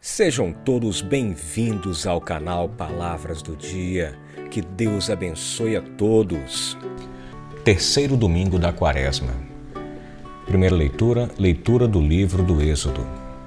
Sejam todos bem-vindos ao canal Palavras do Dia. Que Deus abençoe a todos. Terceiro domingo da Quaresma. Primeira leitura do livro do Êxodo.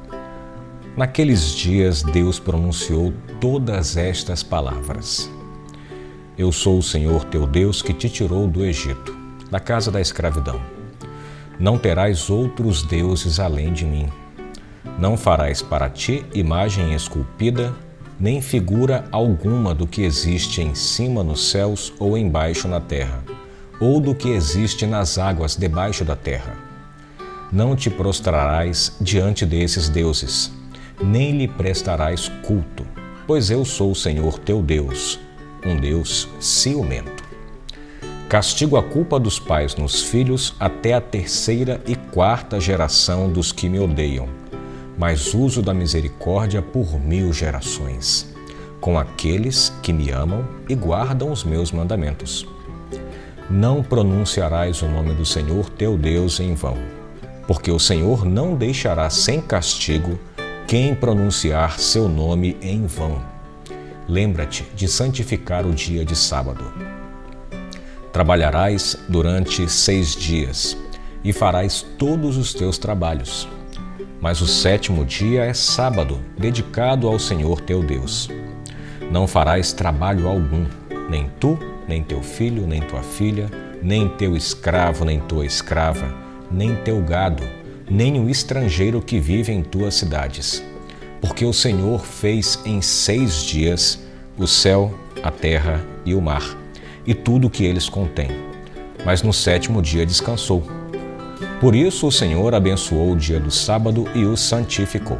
Naqueles dias Deus pronunciou todas estas palavras. Eu sou o Senhor teu Deus que te tirou do Egito, da casa da escravidão. Não terás outros deuses além de mim. Não farás para ti imagem esculpida, nem figura alguma do que existe em cima nos céus ou embaixo na terra, ou do que existe nas águas debaixo da terra. Não te prostrarás diante desses deuses, nem lhe prestarás culto, pois eu sou o Senhor teu Deus, um Deus ciumento. Castigo a culpa dos pais nos filhos até a terceira e quarta geração dos que me odeiam, mas uso da misericórdia por 1000 gerações, com aqueles que me amam e guardam os meus mandamentos. Não pronunciarás o nome do Senhor teu Deus em vão, porque o Senhor não deixará sem castigo quem pronunciar seu nome em vão. Lembra-te de santificar o dia de sábado. Trabalharás durante 6 dias e farás todos os teus trabalhos. Mas o 7º dia é sábado, dedicado ao Senhor teu Deus. Não farás trabalho algum, nem tu, nem teu filho, nem tua filha, nem teu escravo, nem tua escrava, nem teu gado, nem o estrangeiro que vive em tuas cidades. Porque o Senhor fez em 6 dias o céu, a terra e o mar, e tudo o que eles contêm. Mas no 7º dia descansou. Por isso o Senhor abençoou o dia do sábado e o santificou.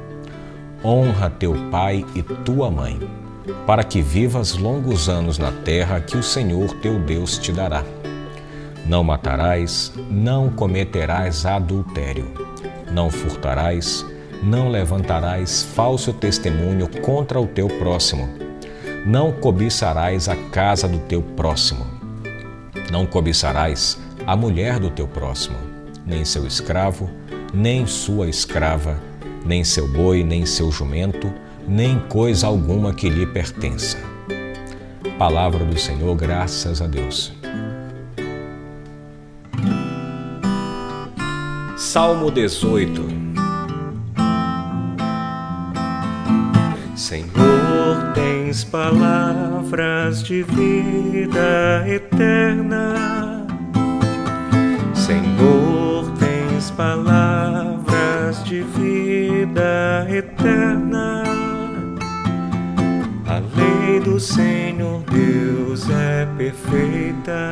Honra teu pai e tua mãe, para que vivas longos anos na terra que o Senhor teu Deus te dará. Não matarás, não cometerás adultério, não furtarás, não levantarás falso testemunho contra o teu próximo, não cobiçarás a casa do teu próximo, não cobiçarás a mulher do teu próximo, nem seu escravo, nem sua escrava, nem seu boi, nem seu jumento, nem coisa alguma que lhe pertença. Palavra do Senhor, graças a Deus. Salmo 18. Senhor, tens palavras de vida eterna. Senhor, tens palavras de vida eterna. A lei do Senhor Deus é perfeita,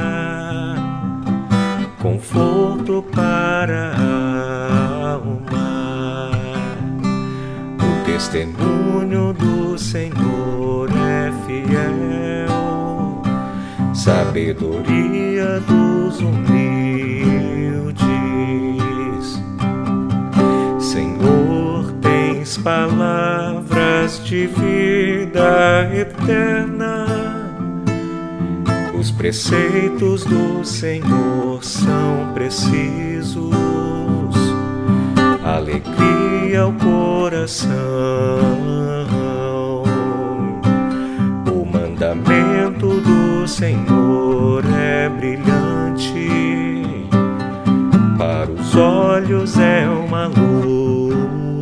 conforto para a alma. O testemunho do Senhor é fiel, sabedoria dos humildes. Senhor, tens palavras de vida eterna. Os preceitos do Senhor são precisos, alegria ao coração. O mandamento do Senhor é brilhante, para os olhos é uma luz.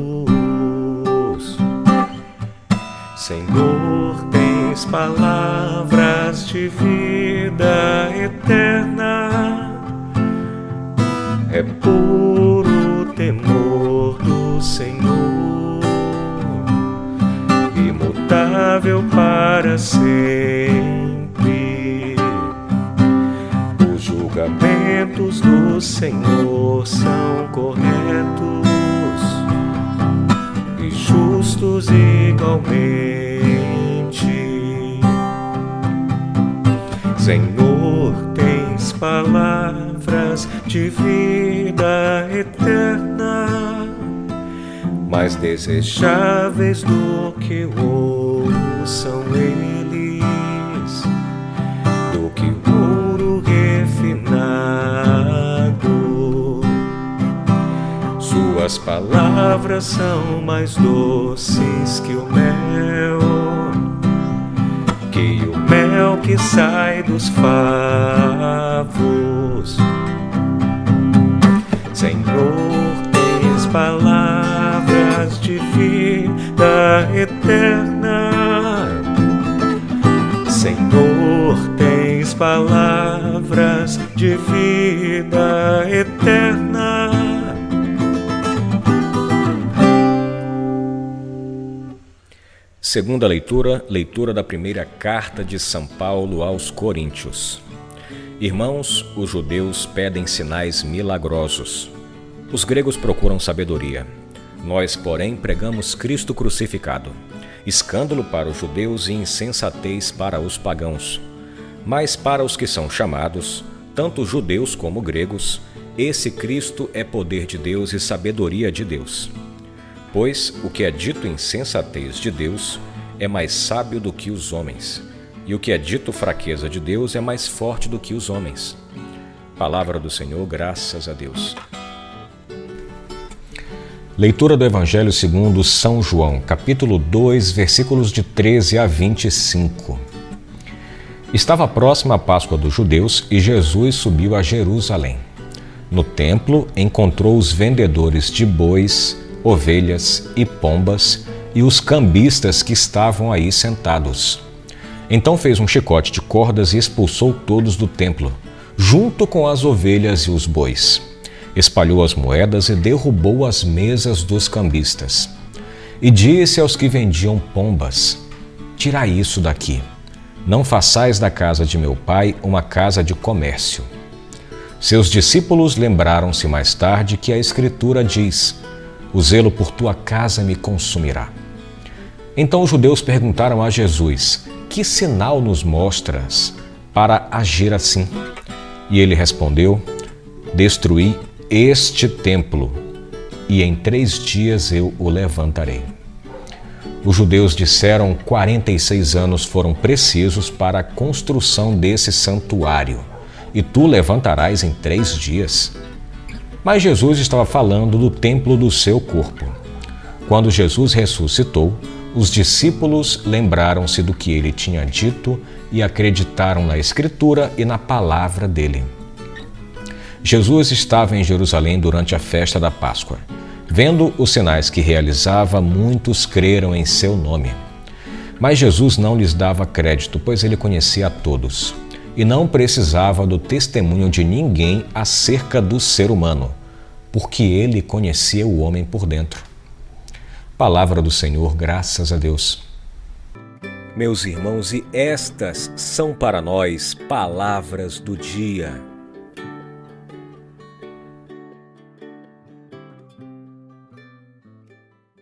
Senhor, tens palavras de vida eterna. É puro o temor do Senhor, imutável para sempre. Os julgamentos do Senhor são corretos e justos igualmente. Senhor, tens palavras de vida eterna, mais desejáveis do que o ouro são eles, do que o ouro refinado. Sua Tuas palavras são mais doces que o mel que sai dos favos. Senhor, tens palavras de vida eterna. Senhor, tens palavras de vida eterna. Segunda leitura, leitura da primeira carta de São Paulo aos Coríntios. Irmãos, os judeus pedem sinais milagrosos. Os gregos procuram sabedoria. Nós, porém, pregamos Cristo crucificado. Escândalo para os judeus e insensatez para os pagãos. Mas para os que são chamados, tanto judeus como gregos, esse Cristo é poder de Deus e sabedoria de Deus. Pois o que é dito insensatez de Deus é mais sábio do que os homens, e o que é dito fraqueza de Deus é mais forte do que os homens. Palavra do Senhor, graças a Deus. Leitura do Evangelho segundo São João, capítulo 2, versículos de 13 a 25. Estava próxima a Páscoa dos judeus e Jesus subiu a Jerusalém. No templo encontrou os vendedores de bois, ovelhas e pombas e os cambistas que estavam aí sentados. Então fez um chicote de cordas e expulsou todos do templo, junto com as ovelhas e os bois. Espalhou as moedas e derrubou as mesas dos cambistas. E disse aos que vendiam pombas: tirai isso daqui. Não façais da casa de meu pai uma casa de comércio. Seus discípulos lembraram-se mais tarde que a Escritura diz: o zelo por tua casa me consumirá. Então os judeus perguntaram a Jesus: que sinal nos mostras para agir assim? E ele respondeu: destruí este templo, e em 3 dias eu o levantarei. Os judeus disseram: 46 anos foram precisos para a construção desse santuário, e tu levantarás em 3 dias? Mas Jesus estava falando do templo do seu corpo. Quando Jesus ressuscitou, os discípulos lembraram-se do que ele tinha dito e acreditaram na Escritura e na palavra dele. Jesus estava em Jerusalém durante a festa da Páscoa. Vendo os sinais que realizava, muitos creram em seu nome. Mas Jesus não lhes dava crédito, pois ele conhecia a todos, e não precisava do testemunho de ninguém acerca do ser humano, porque ele conhecia o homem por dentro. Palavra do Senhor, graças a Deus. Meus irmãos, e estas são para nós palavras do dia.